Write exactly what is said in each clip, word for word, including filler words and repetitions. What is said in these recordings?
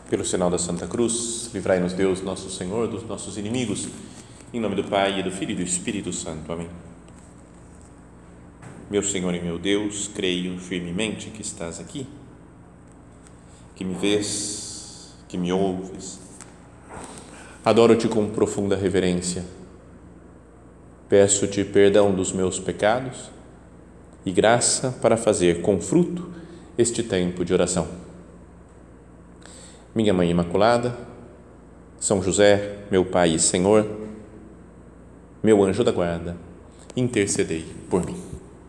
Pelo sinal da Santa Cruz, livrai-nos Deus, nosso Senhor, dos nossos inimigos. Em nome do Pai, e do Filho e do Espírito Santo. Amém. Meu Senhor e meu Deus, creio firmemente que estás aqui, que me vês, que me ouves. Adoro-te com profunda reverência. Peço-te perdão dos meus pecados e graça para fazer com fruto este tempo de oração. Minha Mãe Imaculada, São José, meu Pai e Senhor, meu anjo da guarda, intercedei por mim.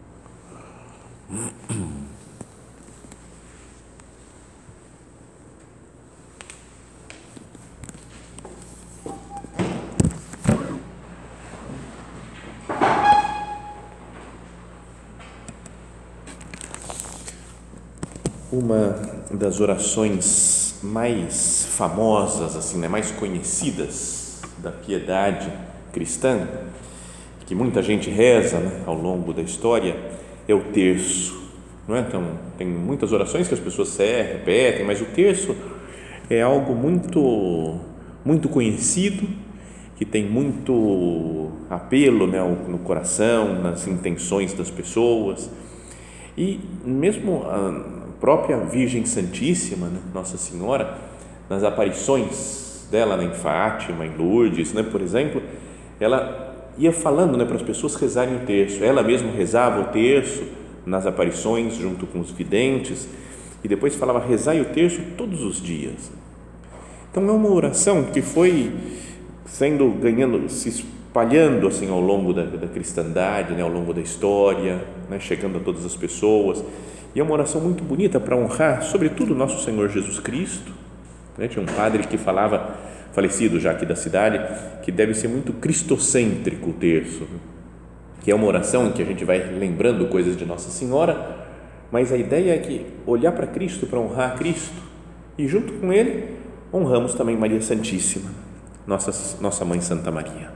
Uma das orações mais famosas, assim, né, mais conhecidas da piedade cristã, que muita gente reza, né, ao longo da história, é o terço, não é? Então, tem muitas orações que as pessoas se repetem, mas o terço é algo muito, muito conhecido, que tem muito apelo, né, no coração, nas intenções das pessoas, e mesmo a própria Virgem Santíssima, né, Nossa Senhora, nas aparições dela, né, em Fátima, em Lourdes, né, por exemplo, ela ia falando, né, para as pessoas rezarem o terço. Ela mesma rezava o terço nas aparições junto com os videntes e depois falava: rezai o terço todos os dias. Então é uma oração que foi sendo ganhando, se espalhando assim ao longo da, da cristandade, né, ao longo da história, né, chegando a todas as pessoas. E é uma oração muito bonita para honrar, sobretudo, nosso Senhor Jesus Cristo. Né? Tinha um padre que falava, falecido já aqui da cidade, que deve ser muito cristocêntrico o terço, que é uma oração em que a gente vai lembrando coisas de Nossa Senhora, mas a ideia é que olhar para Cristo, para honrar Cristo, e junto com Ele, honramos também Maria Santíssima, nossa, nossa Mãe Santa Maria.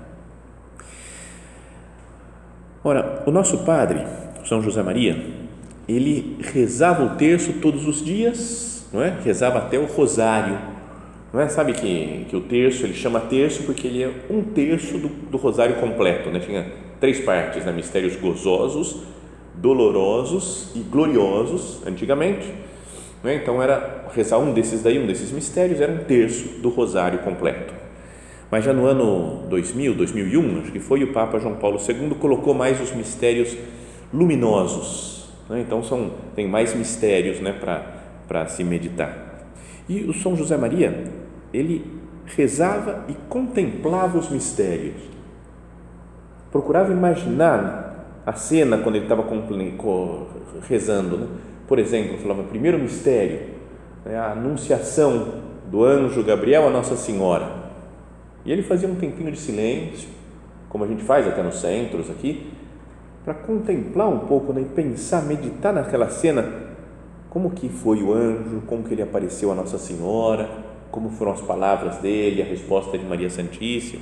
Ora, o nosso padre, São José Maria, ele rezava o terço todos os dias, não é? Rezava até o rosário, não é? Sabe que, que o terço, ele chama terço porque ele é um terço do, do rosário completo, né? Tinha três partes, né? Mistérios gozosos, dolorosos e gloriosos, antigamente, não é? Então era rezar um desses daí, um desses mistérios, era um terço do rosário completo. Mas já no ano dois mil, dois mil e um, acho que foi, o Papa João Paulo segundo colocou mais os mistérios luminosos. Então são, tem mais mistérios, né, para se meditar. E o São José Maria, ele rezava e contemplava os mistérios, procurava imaginar a cena quando ele estava rezando, né? Por exemplo, falava: primeiro mistério, né, a anunciação do anjo Gabriel a Nossa Senhora, e ele fazia um tempinho de silêncio, como a gente faz até nos centros aqui, para contemplar um pouco, né, e pensar, meditar naquela cena, como que foi o anjo, como que ele apareceu a Nossa Senhora, como foram as palavras dele, a resposta de Maria Santíssima.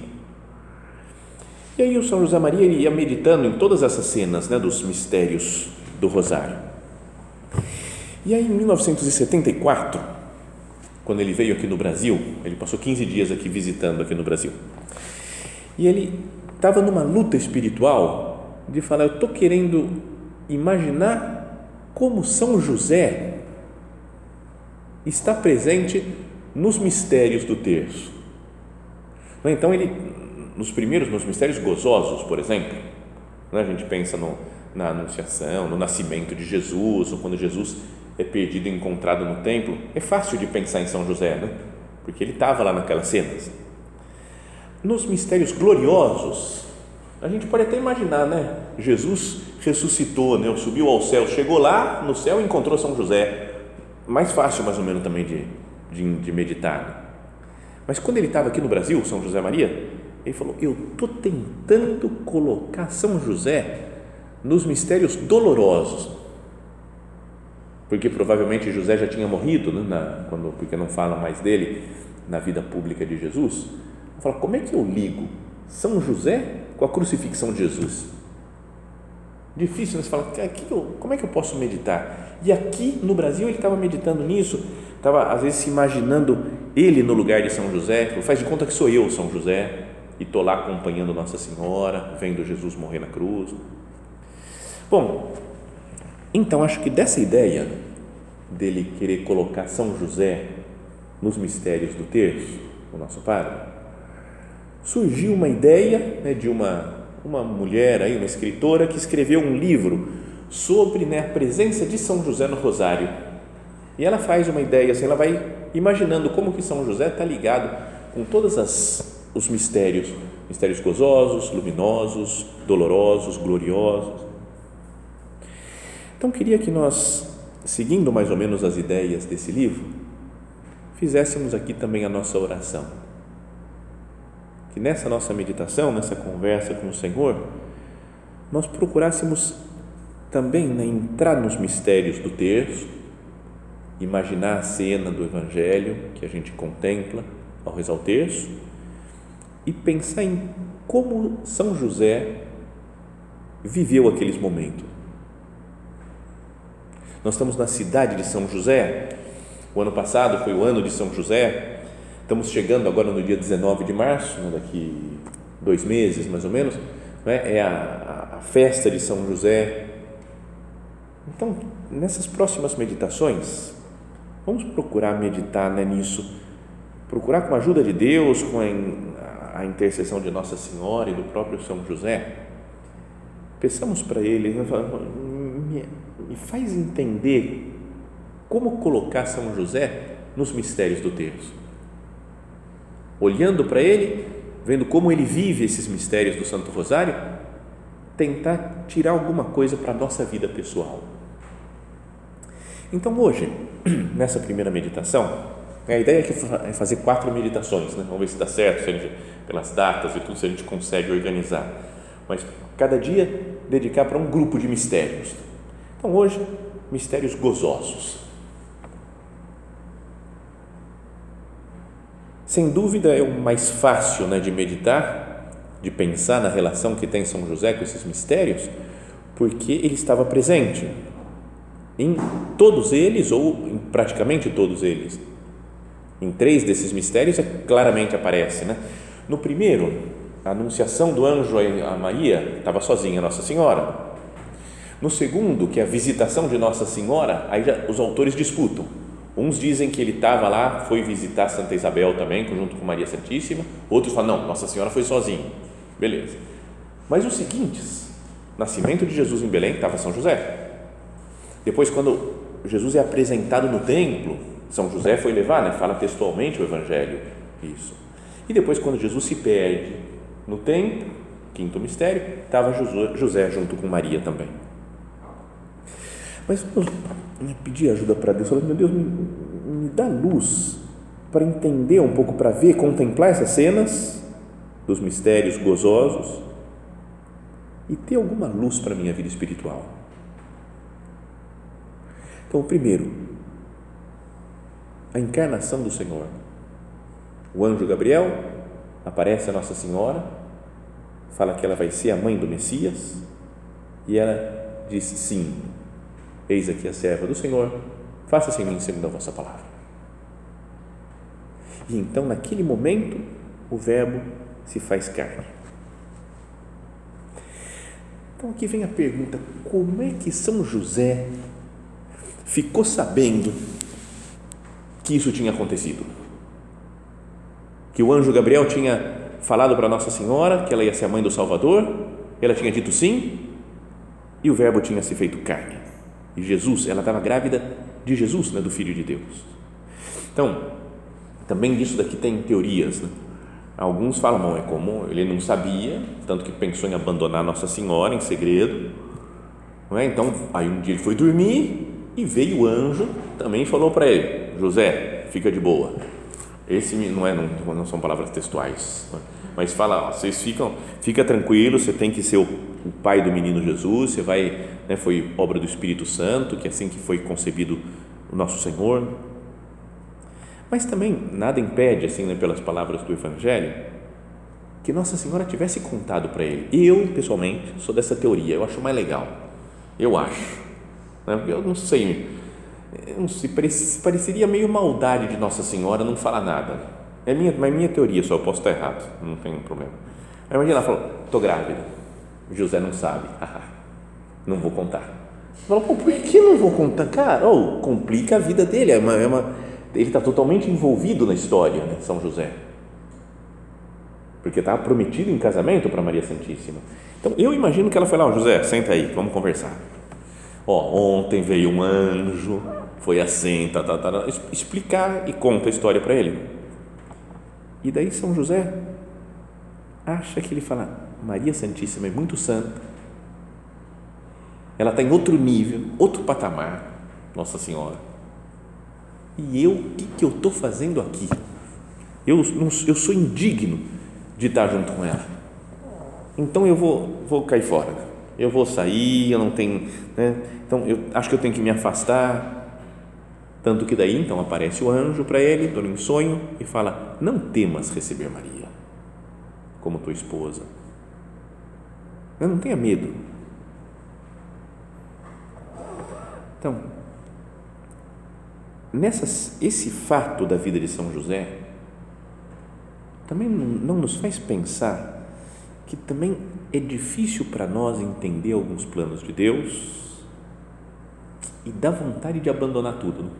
E aí o São José Maria, ele ia meditando em todas essas cenas, né, dos mistérios do rosário. E aí em mil novecentos e setenta e quatro, quando ele veio aqui no Brasil, ele passou quinze dias aqui visitando aqui no Brasil, e ele estava numa luta espiritual de falar: eu estou querendo imaginar como São José está presente nos mistérios do terço. Então ele, nos primeiros, nos mistérios gozosos, por exemplo, a gente pensa no, na anunciação, no nascimento de Jesus, ou quando Jesus é perdido e encontrado no templo, é fácil de pensar em São José, né? Porque ele estava lá naquelas cenas. Nos mistérios gloriosos, a gente pode até imaginar, né? Jesus ressuscitou, né? Subiu ao céu, chegou lá no céu e encontrou São José. Mais fácil, mais ou menos, também de, de, de meditar. Né? Mas quando ele estava aqui no Brasil, São José Maria, ele falou: eu estou tentando colocar São José nos mistérios dolorosos, porque provavelmente José já tinha morrido, né? Na, quando, porque não fala mais dele na vida pública de Jesus. Eu falo: como é que eu ligo São José com a crucifixão de Jesus? Difícil, né? Você fala: como é que eu posso meditar? E aqui no Brasil ele estava meditando nisso, estava às vezes se imaginando ele no lugar de São José, faz de conta que sou eu, São José, e estou lá acompanhando Nossa Senhora, vendo Jesus morrer na cruz. Bom, então acho que dessa ideia dele querer colocar São José nos mistérios do terço, o nosso Padre, surgiu uma ideia, né, de uma, uma mulher, aí, uma escritora, que escreveu um livro sobre, né, a presença de São José no Rosário. E ela faz uma ideia, assim, ela vai imaginando como que São José está ligado com todos as, os mistérios, mistérios gozosos, luminosos, dolorosos, gloriosos. Então, queria que nós, seguindo mais ou menos as ideias desse livro, fizéssemos aqui também a nossa oração. Que nessa nossa meditação, nessa conversa com o Senhor, nós procurássemos também, né, entrar nos mistérios do terço, imaginar a cena do Evangelho que a gente contempla ao rezar o terço e pensar em como São José viveu aqueles momentos. Nós estamos na cidade de São José, o ano passado foi o ano de São José, estamos chegando agora no dia dezenove de março, né, daqui dois meses mais ou menos, né, é a, a festa de São José. Então, nessas próximas meditações, vamos procurar meditar, né, nisso, procurar com a ajuda de Deus, com a, a intercessão de Nossa Senhora e do próprio São José, peçamos para Ele, né, me, me faz entender como colocar São José nos mistérios do terço, olhando para ele, vendo como ele vive esses mistérios do Santo Rosário, tentar tirar alguma coisa para a nossa vida pessoal. Então hoje, nessa primeira meditação, a ideia é fazer quatro meditações, né? Vamos ver se dá certo, se a gente, pelas datas e tudo, se a gente consegue organizar, mas cada dia dedicar para um grupo de mistérios. Então hoje, mistérios gozosos. Sem dúvida é o mais fácil, né, de meditar, de pensar na relação que tem São José com esses mistérios, porque ele estava presente em todos eles, ou em praticamente todos eles. Em três desses mistérios, é, claramente aparece, né? No primeiro, a anunciação do anjo a Maria, estava sozinha Nossa Senhora. No segundo, que é a visitação de Nossa Senhora, aí já os autores disputam. Uns dizem que ele estava lá, foi visitar Santa Isabel também, junto com Maria Santíssima. Outros falam, não, Nossa Senhora foi sozinha. Beleza. Mas os seguintes, nascimento de Jesus em Belém, estava São José. Depois, quando Jesus é apresentado no templo, São José foi levar, né? Fala textualmente o Evangelho, isso. E depois, quando Jesus se perde no templo, quinto mistério, estava José junto com Maria também. Mas vamos pedir ajuda para Deus, falando, meu Deus, me, me dá luz para entender um pouco, para ver, contemplar essas cenas dos mistérios gozosos e ter alguma luz para a minha vida espiritual. Então, primeiro, a encarnação do Senhor. O anjo Gabriel aparece a Nossa Senhora, fala que ela vai ser a mãe do Messias e ela diz sim. Eis aqui a serva do Senhor, faça-se em mim segundo a vossa palavra. E então, naquele momento, o Verbo se faz carne. Então, aqui vem a pergunta, como é que São José ficou sabendo que isso tinha acontecido? Que o anjo Gabriel tinha falado para Nossa Senhora que ela ia ser a mãe do Salvador, ela tinha dito sim, e o Verbo tinha se feito carne. E Jesus, ela estava grávida de Jesus, né, do Filho de Deus. Então, também disso daqui tem teorias, né? Alguns falam, não, é comum, ele não sabia, tanto que pensou em abandonar Nossa Senhora em segredo, não é? Então, aí um dia ele foi dormir e veio o anjo, também falou para ele, José, fica de boa. Esse não, é, não, não são palavras textuais, né? Mas fala, ó, vocês ficam, fica tranquilo, você tem que ser o, o pai do menino Jesus, você vai, né, foi obra do Espírito Santo, que é assim que foi concebido o nosso Senhor. Mas também nada impede, assim, né, pelas palavras do Evangelho, que Nossa Senhora tivesse contado para ele. Eu, pessoalmente, sou dessa teoria, eu acho mais legal, eu acho, né? Eu não sei, não sei, pareceria meio maldade de Nossa Senhora não falar nada. É minha, mas minha teoria só, eu posso estar errado, não tem problema. Aí imagina, ela falou, estou grávida, José não sabe, não vou contar. Fala, pô, por que não vou contar? Cara, oh, complica a vida dele, é uma, é uma, ele está totalmente envolvido na história, né, São José, porque estava prometido em casamento para Maria Santíssima. Então, eu imagino que ela foi lá, oh, José, senta aí, vamos conversar. Ó, ontem veio um anjo, foi assim, tá, tá, tá, explicar e conta a história para ele. E daí São José acha que ele fala, Maria Santíssima é muito santa, ela está em outro nível, outro patamar, Nossa Senhora. E eu, o que, que eu estou fazendo aqui? Eu, não, eu sou indigno de estar junto com ela. Então eu vou, vou cair fora. Eu vou sair, eu não tenho, né? Então eu acho que eu tenho que me afastar. Tanto que daí então aparece o anjo para ele, em sonho, e fala: não temas receber Maria como tua esposa. Não tenha medo. Então, nessas, esse fato da vida de São José também não, não nos faz pensar que também é difícil para nós entender alguns planos de Deus e dá vontade de abandonar tudo, né?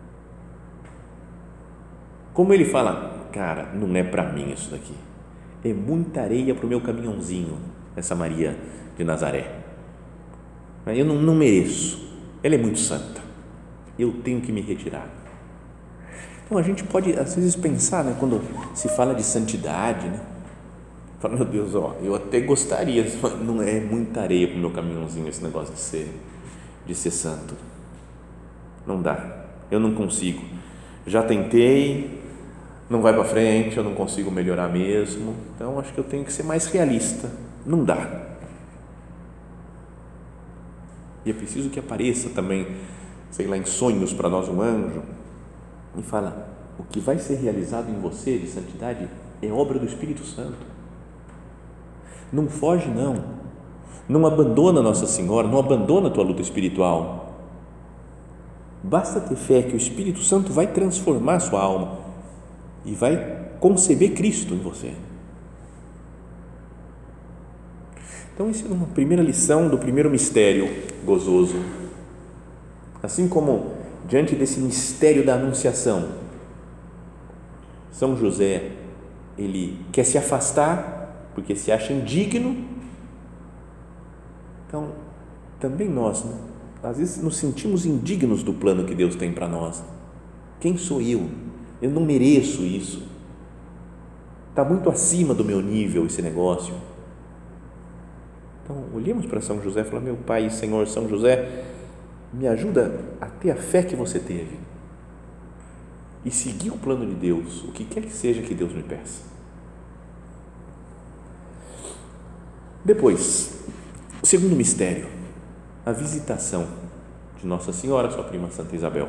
Como ele fala, cara, não é para mim isso daqui, é muita areia para o meu caminhãozinho, essa Maria de Nazaré, eu não, não mereço, ela é muito santa, eu tenho que me retirar. Então a gente pode às vezes pensar, né, quando se fala de santidade, né, fala, meu Deus, ó, eu até gostaria, mas não é muita areia para o meu caminhãozinho esse negócio de ser, de ser santo, não dá, eu não consigo, já tentei, não vai para frente, eu não consigo melhorar mesmo, então acho que eu tenho que ser mais realista, não dá. E é preciso que apareça também, sei lá, em sonhos para nós um anjo e fala, o que vai ser realizado em você de santidade é obra do Espírito Santo. Não foge não, não abandona Nossa Senhora, não abandona a tua luta espiritual. Basta ter fé que o Espírito Santo vai transformar a sua alma e vai conceber Cristo em você. Então, essa é uma primeira lição do primeiro mistério gozoso. Assim como diante desse mistério da Anunciação, São José, ele quer se afastar porque se acha indigno. Então, também nós, né? Às vezes nos sentimos indignos do plano que Deus tem para nós. Quem sou eu? Eu não mereço isso. Está muito acima do meu nível esse negócio. Então, olhemos para São José e falamos, meu Pai, Senhor São José, me ajuda a ter a fé que você teve e seguir o plano de Deus, o que quer que seja que Deus me peça. Depois, o segundo mistério, a visitação de Nossa Senhora, sua prima Santa Isabel.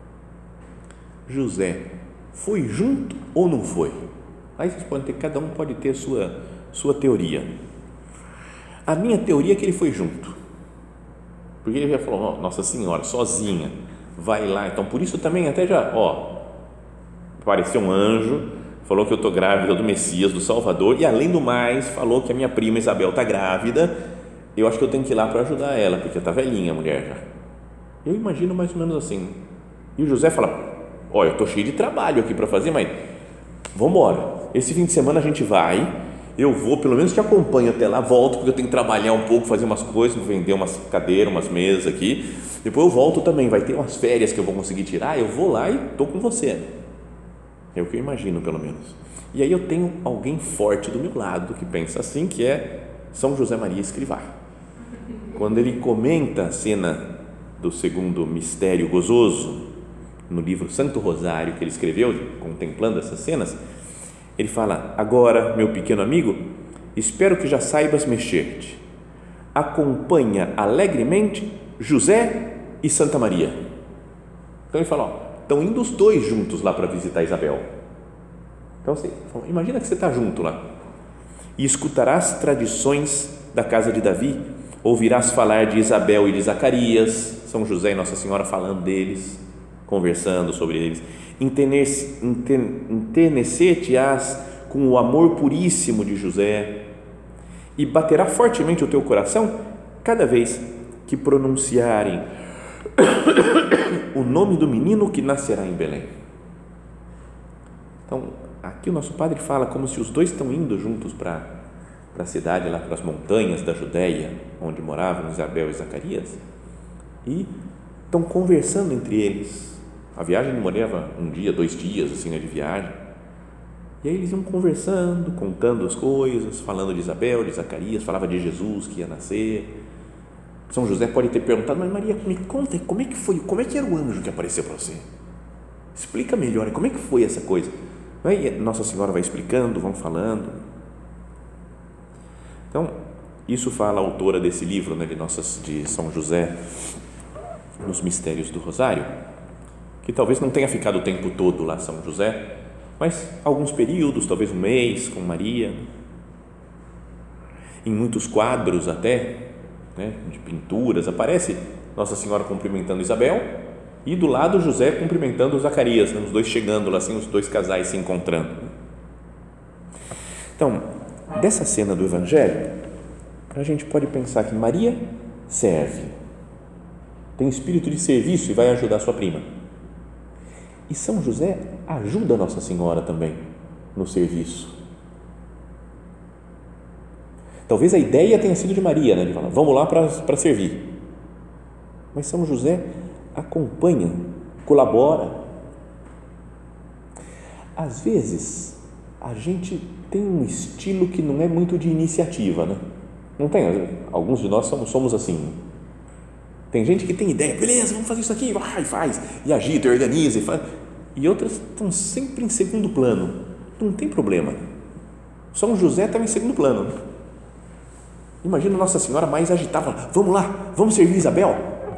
José foi junto ou não foi? Aí vocês podem ter, cada um pode ter a sua, sua teoria. A minha teoria é que ele foi junto, porque ele já falou, oh, Nossa Senhora, sozinha, vai lá, então por isso também até já, ó, apareceu um anjo, falou que eu estou grávida do Messias, do Salvador, e além do mais, falou que a minha prima Isabel está grávida, eu acho que eu tenho que ir lá para ajudar ela, porque está velhinha a mulher já. Eu imagino mais ou menos assim. E o José fala, ó, eu estou cheio de trabalho aqui para fazer, mas vamos embora, esse fim de semana a gente vai, eu vou, pelo menos te acompanho até lá, volto, porque eu tenho que trabalhar um pouco, fazer umas coisas, vender umas cadeiras, umas mesas aqui, depois eu volto também, vai ter umas férias que eu vou conseguir tirar, eu vou lá e estou com você. É o que eu imagino, pelo menos. E aí eu tenho alguém forte do meu lado que pensa assim, que é São José Maria Escrivá. Quando ele comenta a cena do segundo mistério gozoso, no livro Santo Rosário, que ele escreveu, contemplando essas cenas, ele fala, agora, meu pequeno amigo, espero que já saibas mexer-te. Acompanha alegremente José e Santa Maria. Então ele fala, ó, estão indo os dois juntos lá para visitar Isabel. Então você, imagina que você está junto lá e escutarás tradições da casa de Davi, ouvirás falar de Isabel e de Zacarias, São José e Nossa Senhora falando deles, conversando sobre eles. Enternecer-te-ás com o amor puríssimo de José e baterá fortemente o teu coração cada vez que pronunciarem o nome do menino que nascerá em Belém. Então, aqui o nosso padre fala como se os dois estão indo juntos para, para a cidade, lá para as montanhas da Judéia, onde moravam Isabel e Zacarias, e estão conversando entre eles. A viagem demorava um dia, dois dias assim, né, de viagem. E aí eles iam conversando, contando as coisas, falando de Isabel, de Zacarias, falava de Jesus que ia nascer. São José pode ter perguntado: mas Maria, me conta, como é que foi, como é que era o anjo que apareceu para você? Explica melhor, como é que foi essa coisa? E Nossa Senhora vai explicando, vão falando. Então, isso fala a autora desse livro, né, de, nossas, de São José nos Mistérios do Rosário, que talvez não tenha ficado o tempo todo lá São José, mas alguns períodos, talvez um mês com Maria, em muitos quadros até, né, de pinturas, aparece Nossa Senhora cumprimentando Isabel e do lado José cumprimentando Zacarias, né, os dois chegando lá, assim, os dois casais se encontrando. Então, dessa cena do Evangelho, a gente pode pensar que Maria serve, tem espírito de serviço e vai ajudar sua prima. E São José ajuda Nossa Senhora também no serviço. Talvez a ideia tenha sido de Maria, né, de falar: vamos lá para servir. Mas São José acompanha, colabora. Às vezes, a gente tem um estilo que não é muito de iniciativa, né? Não tem? Alguns de nós somos, somos assim. Tem gente que tem ideia, beleza, vamos fazer isso aqui, vai, faz, e agita, e organiza, e faz. E outras estão sempre em segundo plano. Não tem problema. São José estava em segundo plano. Imagina Nossa Senhora mais agitada, vamos lá, vamos servir Isabel?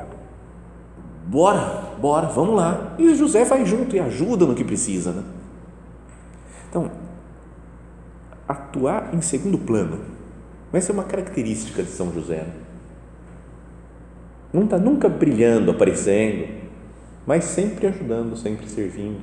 Bora, bora, vamos lá. E José vai junto e ajuda no que precisa, né? Então, atuar em segundo plano vai ser uma característica de São José, né? Não está nunca brilhando, aparecendo, mas sempre ajudando, sempre servindo.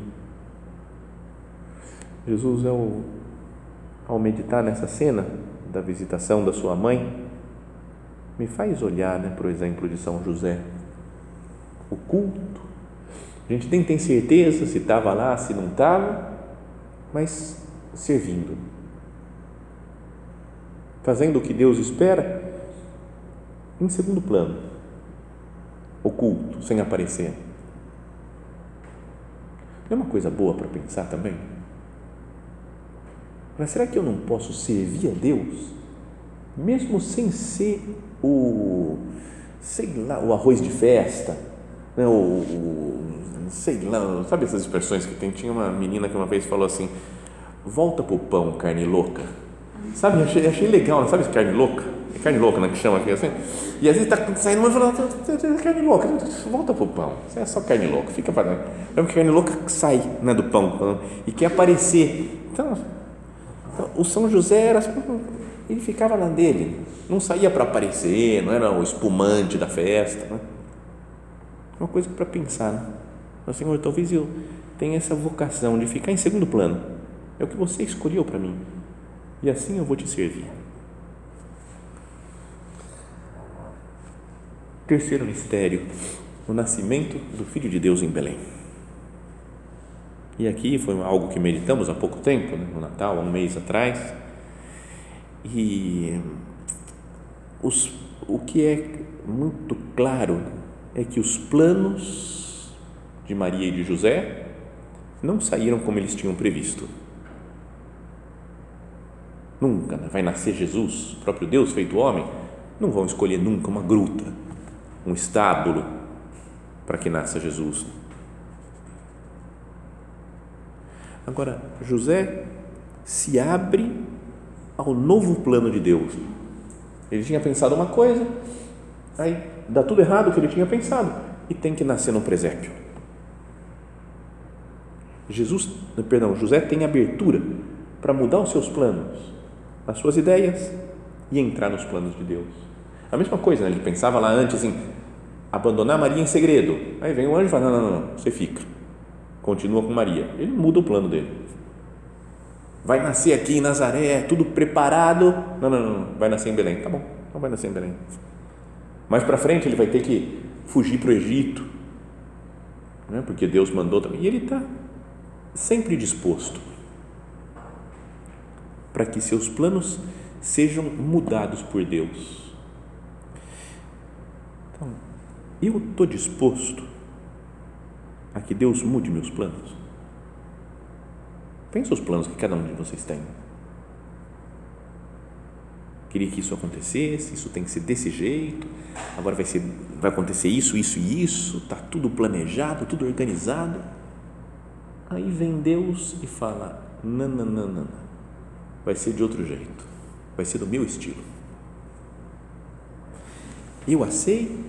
Jesus, ao, ao meditar nessa cena da visitação da sua mãe, me faz olhar, né, para o exemplo de São José, o culto. A gente nem tem certeza se estava lá, se não estava, mas servindo, fazendo o que Deus espera em segundo plano, oculto, sem aparecer. Não é uma coisa boa para pensar também? Mas será que eu não posso servir a Deus mesmo sem ser o, sei lá, o arroz de festa, né? o, o, sei lá, sabe essas expressões que tem? Tinha uma menina que uma vez falou assim: volta pro pão, carne louca. Sabe, achei, achei legal, sabe carne louca? É carne louca, né, que chama aqui assim. E às vezes está saindo uma falando: carne louca, volta pro pão, isso é só carne louca, fica para dentro. É porque carne louca sai, né, do pão e quer aparecer. Então, então, o São José era, ele ficava na dele, não saía para aparecer, não era o espumante da festa, né? Uma coisa para pensar, né? Mas, Senhor, talvez eu tenha essa vocação de ficar em segundo plano, é o que você escolheu para mim, e assim eu vou te servir. Terceiro mistério, o nascimento do Filho de Deus em Belém. E aqui foi algo que meditamos há pouco tempo, né, no Natal, há um mês atrás, e os, o que é muito claro é que os planos de Maria e de José não saíram como eles tinham previsto. Nunca, né? Vai nascer Jesus, o próprio Deus feito homem, não vão escolher nunca uma gruta, um estábulo para que nasça Jesus. Agora, José se abre ao novo plano de Deus. Ele tinha pensado uma coisa, aí dá tudo errado o que ele tinha pensado e tem que nascer no presépio. Jesus, perdão, José tem abertura para mudar os seus planos, as suas ideias e entrar nos planos de Deus. A mesma coisa, né? Ele pensava lá antes em abandonar Maria em segredo. Aí vem o anjo e fala, não, não, não, você fica, continua com Maria. Ele muda o plano dele. Vai nascer aqui em Nazaré, tudo preparado. Não, não, não, vai nascer em Belém. Tá bom, não vai nascer em Belém. Mais para frente ele vai ter que fugir para o Egito, né? Porque Deus mandou também. E ele está sempre disposto para que seus planos sejam mudados por Deus. Então, eu estou disposto a que Deus mude meus planos? Pensa os planos que cada um de vocês tem. Queria que isso acontecesse, isso tem que ser desse jeito, agora vai, ser, vai acontecer isso, isso e isso, está tudo planejado, tudo organizado. Aí vem Deus e fala, não, não, não, não, vai ser de outro jeito, vai ser do meu estilo. Eu aceito,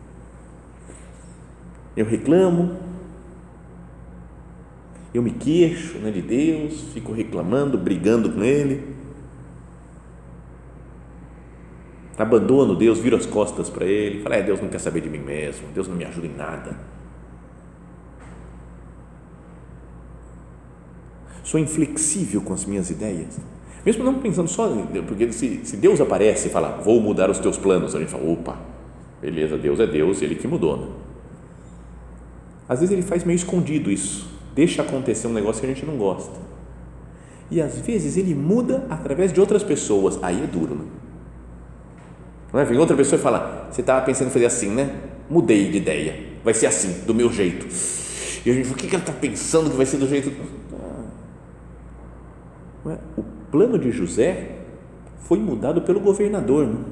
eu reclamo, eu me queixo, né, de Deus, fico reclamando, brigando com Ele, abandono Deus, viro as costas para Ele, falo, é, Deus não quer saber de mim mesmo, Deus não me ajuda em nada. Sou inflexível com as minhas ideias, mesmo não pensando só, porque se, se Deus aparece e fala, vou mudar os teus planos, a gente fala, opa, beleza, Deus é Deus, Ele que mudou, né? Às vezes Ele faz meio escondido isso, deixa acontecer um negócio que a gente não gosta, e às vezes Ele muda através de outras pessoas, aí é duro, né? Não é? Vem outra pessoa e fala, você estava pensando em fazer assim, né? Mudei de ideia, vai ser assim, do meu jeito. E a gente fala, o que ela está pensando que vai ser do jeito? Não é? O plano de José foi mudado pelo governador, né?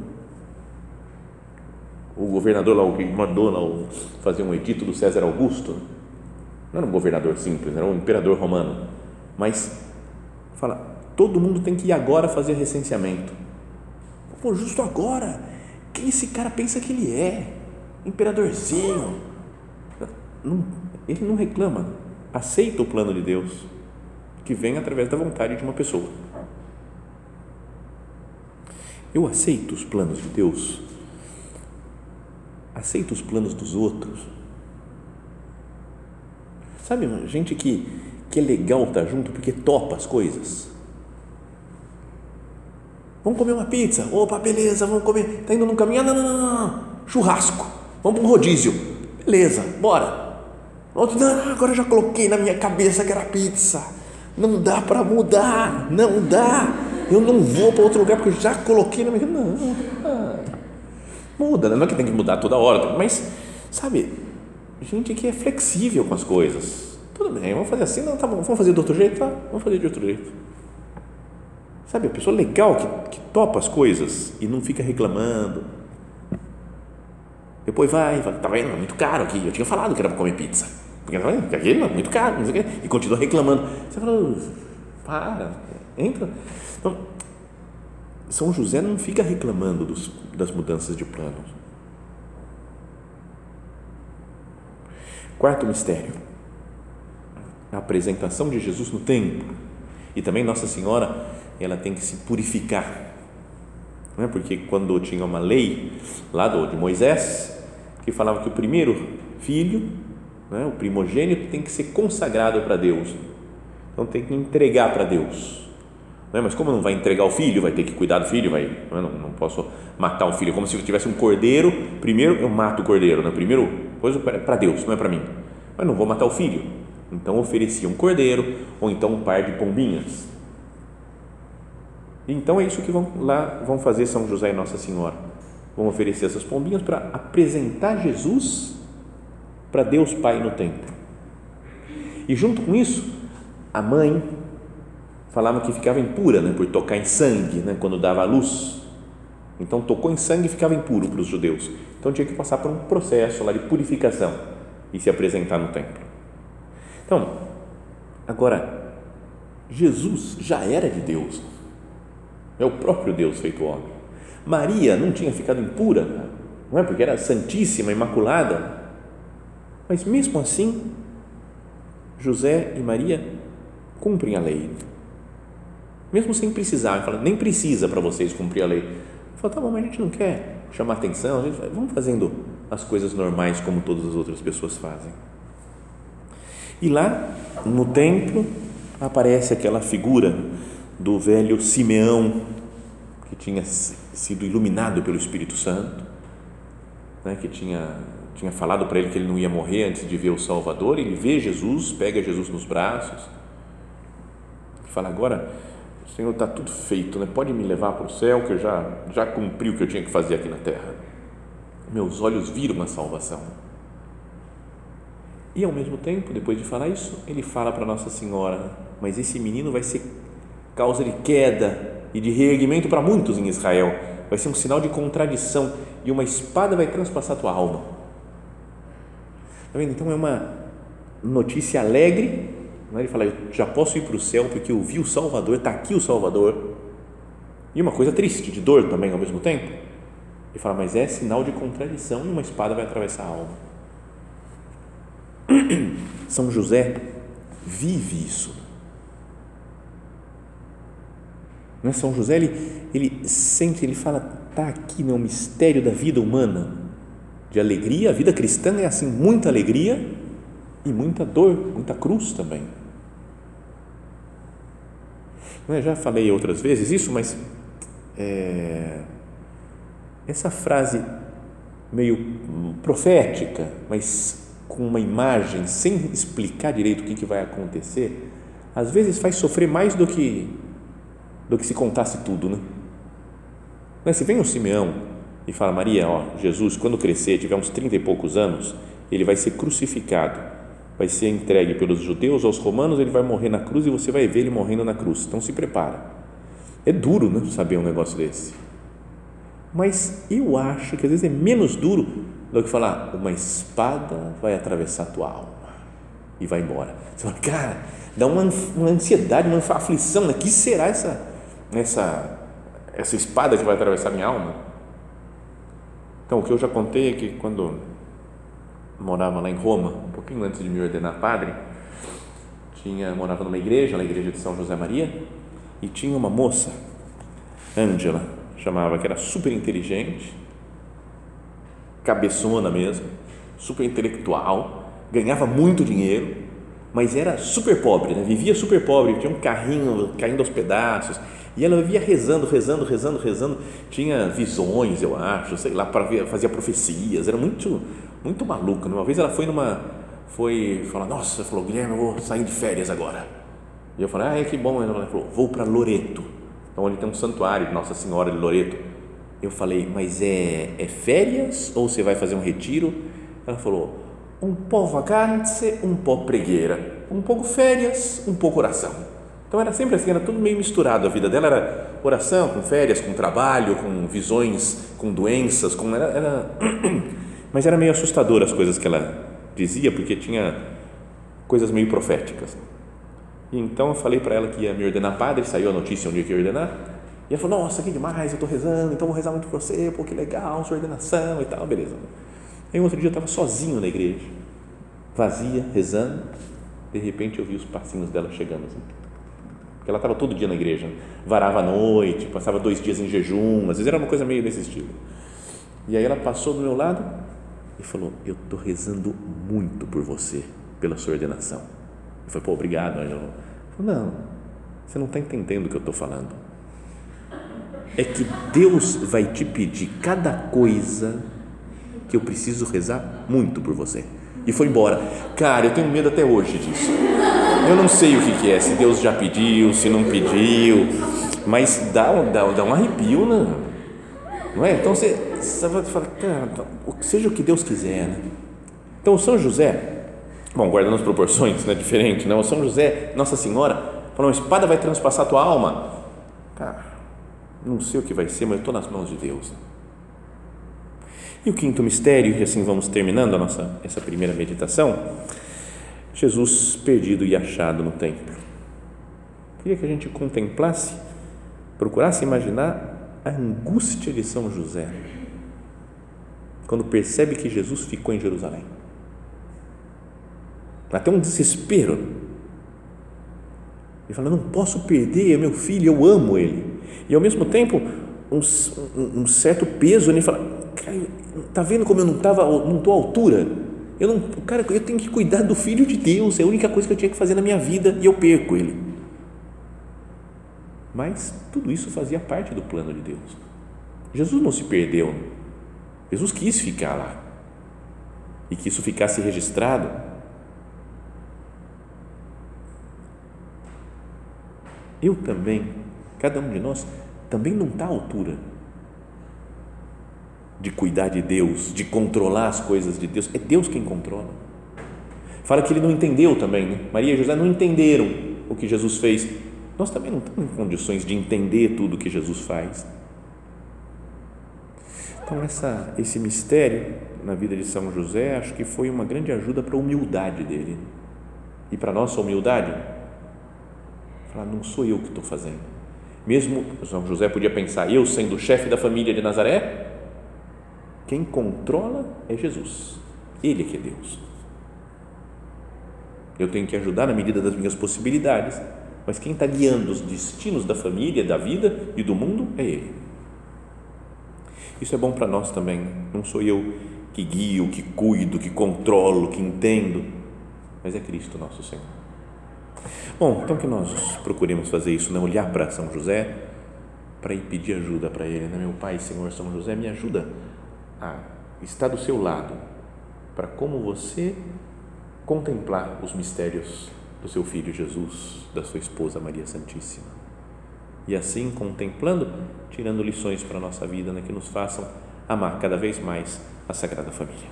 O governador lá, o que mandou lá, fazer um edito do César Augusto, não era um governador simples, era um imperador romano, mas fala, todo mundo tem que ir agora fazer recenseamento. Pô, justo agora, quem esse cara pensa que ele é? Imperadorzinho. Não, ele não reclama, aceita o plano de Deus, que vem através da vontade de uma pessoa. Eu aceito os planos de Deus, aceito os planos dos outros. Sabe, gente que, que é legal estar junto porque topa as coisas. Vamos comer uma pizza? Opa, beleza, vamos comer. Está indo num caminho? Não, não, não, não, churrasco. Vamos para um rodízio. Beleza, bora. Outro, não, agora eu já coloquei na minha cabeça que era pizza. Não dá para mudar, não dá. Eu não vou para outro lugar porque eu já coloquei na minha cabeça. Não, ah, muda, não é que tem que mudar toda hora, mas, sabe, gente que é flexível com as coisas. Tudo bem, vamos fazer assim, não, tá bom, vamos fazer de outro jeito, tá? Vamos fazer de outro jeito. Sabe, a pessoa legal que, que topa as coisas e não fica reclamando. Depois vai e fala, tá vendo, é muito caro aqui, eu tinha falado que era para comer pizza, porque aqui é muito caro, não sei o quê, e continua reclamando. Você fala, para, entra. Então, São José não fica reclamando dos, das mudanças de planos. Quarto mistério, a apresentação de Jesus no templo, e também Nossa Senhora, ela tem que se purificar, não é? Porque quando tinha uma lei lá do, de Moisés, que falava que o primeiro filho, né, o primogênito, tem que ser consagrado para Deus, então tem que entregar para Deus, não é? Mas como não vai entregar o filho, vai ter que cuidar do filho, vai, não, é? não, não posso matar o filho, como se eu tivesse um cordeiro, primeiro eu mato o cordeiro, né? Primeiro coisa para Deus, não é para mim, mas não vou matar o filho, então oferecia um cordeiro, ou então um par de pombinhas. Então é isso que vão lá vão fazer São José e Nossa Senhora, vão oferecer essas pombinhas para apresentar Jesus para Deus Pai no templo. E junto com isso, a mãe falava que ficava impura, né, por tocar em sangue, né, quando dava a luz. Então tocou em sangue e ficava impuro para os judeus. Então tinha que passar por um processo lá de purificação e se apresentar no templo. Então, agora, Jesus já era de Deus. É o próprio Deus feito homem. Maria não tinha ficado impura, não é? Porque era santíssima, imaculada. Mas mesmo assim, José e Maria cumprem a lei. Mesmo sem precisar. Fala, nem precisa para vocês cumprir a lei. Fala, tá bom, mas a gente não quer chamar atenção. A gente fala, vamos fazendo as coisas normais como todas as outras pessoas fazem. E lá no templo aparece aquela figura do velho Simeão, que tinha sido iluminado pelo Espírito Santo, né, que tinha, tinha falado para ele que ele não ia morrer antes de ver o Salvador. Ele vê Jesus, pega Jesus nos braços e fala: agora, Senhor, está tudo feito, né? Pode me levar para o céu, que eu já, já cumpri o que eu tinha que fazer aqui na terra. Meus olhos viram a salvação. E ao mesmo tempo, depois de falar isso, ele fala para Nossa Senhora: mas esse menino vai ser causa de queda e de reerguimento para muitos em Israel, vai ser um sinal de contradição, e uma espada vai transpassar tua alma. Está vendo? Então é uma notícia alegre, né? Ele fala: eu já posso ir para o céu porque eu vi o Salvador, está aqui o Salvador. E uma coisa triste, de dor também ao mesmo tempo. Ele fala: mas é sinal de contradição, e uma espada vai atravessar a alma. São José vive isso. Não é? São José, ele, ele sente, ele fala: está aqui no mistério da vida humana, de alegria. A vida cristã é assim, muita alegria e muita dor, muita cruz também. Não é? Já falei outras vezes isso, mas é, essa frase meio profética, mas com uma imagem, sem explicar direito o que, que vai acontecer, às vezes faz sofrer mais do que do que se contasse tudo, né? Mas se vem o Simeão e fala: Maria, ó, Jesus, quando crescer, tiver uns trinta e poucos anos, ele vai ser crucificado, vai ser entregue pelos judeus aos romanos, ele vai morrer na cruz e você vai ver ele morrendo na cruz, então se prepara. É duro, né, saber um negócio desse, mas eu acho que às vezes é menos duro do que falar: uma espada vai atravessar tua alma e vai embora. Você fala: cara, dá uma, uma ansiedade, uma aflição, né? Que será essa essa essa espada que vai atravessar minha alma? Então, o que eu já contei é que quando morava lá em Roma, um pouquinho antes de me ordenar padre, tinha, morava numa igreja, na igreja de São José Maria, e tinha uma moça, Ângela, chamava, que era super inteligente, cabeçona mesmo, super intelectual, ganhava muito dinheiro, mas era super pobre, né? Vivia super pobre, tinha um carrinho caindo aos pedaços, e ela vivia rezando, rezando, rezando, rezando, tinha visões, eu acho, sei lá, para ver, fazia profecias, era muito, muito maluca. Uma vez ela foi numa, foi falar: nossa, falou: Guilherme, eu vou sair de férias agora. E eu falei: ah, é, que bom. Ela falou: vou para Loreto, onde tem um santuário de Nossa Senhora de Loreto. Eu falei: mas é, é férias ou você vai fazer um retiro? Ela falou: um po' vacanze, um po' preghiera, um pouco férias, um pouco oração. Então era sempre assim, era tudo meio misturado. A vida dela era oração com férias, com trabalho, com visões, com doenças, com, era, era, mas era meio assustador as coisas que ela dizia, porque tinha coisas meio proféticas. E então eu falei para ela que ia me ordenar padre, saiu a notícia um dia que ia ordenar, e ela falou: nossa, que demais, eu estou rezando, então vou rezar muito por você, pô, que legal, sua ordenação e tal, beleza. Aí um outro dia eu estava sozinho na igreja, vazia, rezando, de repente eu vi os passinhos dela chegando assim, porque ela estava todo dia na igreja, varava a noite, passava dois dias em jejum, às vezes era uma coisa meio desse estilo. E aí ela passou do meu lado e falou: eu estou rezando muito por você, pela sua ordenação. Eu falei: pô, obrigado, Ângela. Ela falou: não, você não está entendendo o que eu estou falando. É que Deus vai te pedir cada coisa que eu preciso rezar muito por você. E foi embora. Cara, eu tenho medo até hoje disso. Eu não sei o que, que é, se Deus já pediu, se não pediu, mas dá, dá, dá um arrepio, né? Não é? Então você, você vai falar: cara, seja o que Deus quiser, né? Então o São José, bom, guardando as proporções, né, diferente, né? O São José, Nossa Senhora, falou: uma espada vai transpassar tua alma. Cara, não sei o que vai ser, mas eu estou nas mãos de Deus. E o quinto mistério, e assim vamos terminando a nossa, essa primeira meditação: Jesus perdido e achado no templo. Queria que a gente contemplasse, procurasse imaginar a angústia de São José quando percebe que Jesus ficou em Jerusalém. Até um desespero. Ele fala: não posso perder meu filho, eu amo ele. E ao mesmo tempo um, um certo peso, ele fala: Está vendo como eu não estava, não estou à altura? Eu não, cara, eu tenho que cuidar do Filho de Deus, é a única coisa que eu tinha que fazer na minha vida e eu perco ele. Mas tudo isso fazia parte do plano de Deus. Jesus não se perdeu. Jesus quis ficar lá e que isso ficasse registrado. Eu também, cada um de nós, também não está à altura de cuidar de Deus, de controlar as coisas de Deus. É Deus quem controla. Fala que ele não entendeu também, né? Maria e José não entenderam o que Jesus fez. Nós também não estamos em condições de entender tudo o que Jesus faz. Então, essa, esse mistério na vida de São José, acho que foi uma grande ajuda para a humildade dele. E para a nossa humildade, falar, não sou eu que estou fazendo. Mesmo São José podia pensar, eu sendo o chefe da família de Nazaré, quem controla é Jesus. Ele é que é Deus. Eu tenho que ajudar na medida das minhas possibilidades, mas quem está guiando os destinos da família, da vida e do mundo é Ele. Isso é bom para nós também, né? Não sou eu que guio, que cuido, que controlo, que entendo, mas é Cristo nosso Senhor. Bom, então que nós procuremos fazer isso, né? Olhar para São José para ir pedir ajuda para ele, né? Meu Pai, Senhor São José, me ajuda a estar do seu lado para como você contemplar os mistérios do seu Filho Jesus, da sua esposa Maria Santíssima, e assim contemplando, tirando lições para a nossa vida, né? Que nos façam amar cada vez mais a Sagrada Família.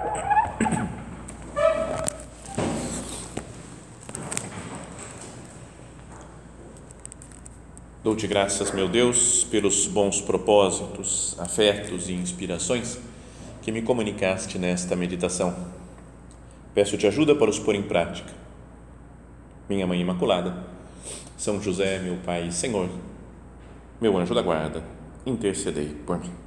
Dou-te graças, meu Deus, pelos bons propósitos, afetos e inspirações que me comunicaste nesta meditação. Peço-te ajuda para os pôr em prática. Minha Mãe Imaculada, São José, meu Pai e Senhor, meu anjo da guarda, intercedei por mim.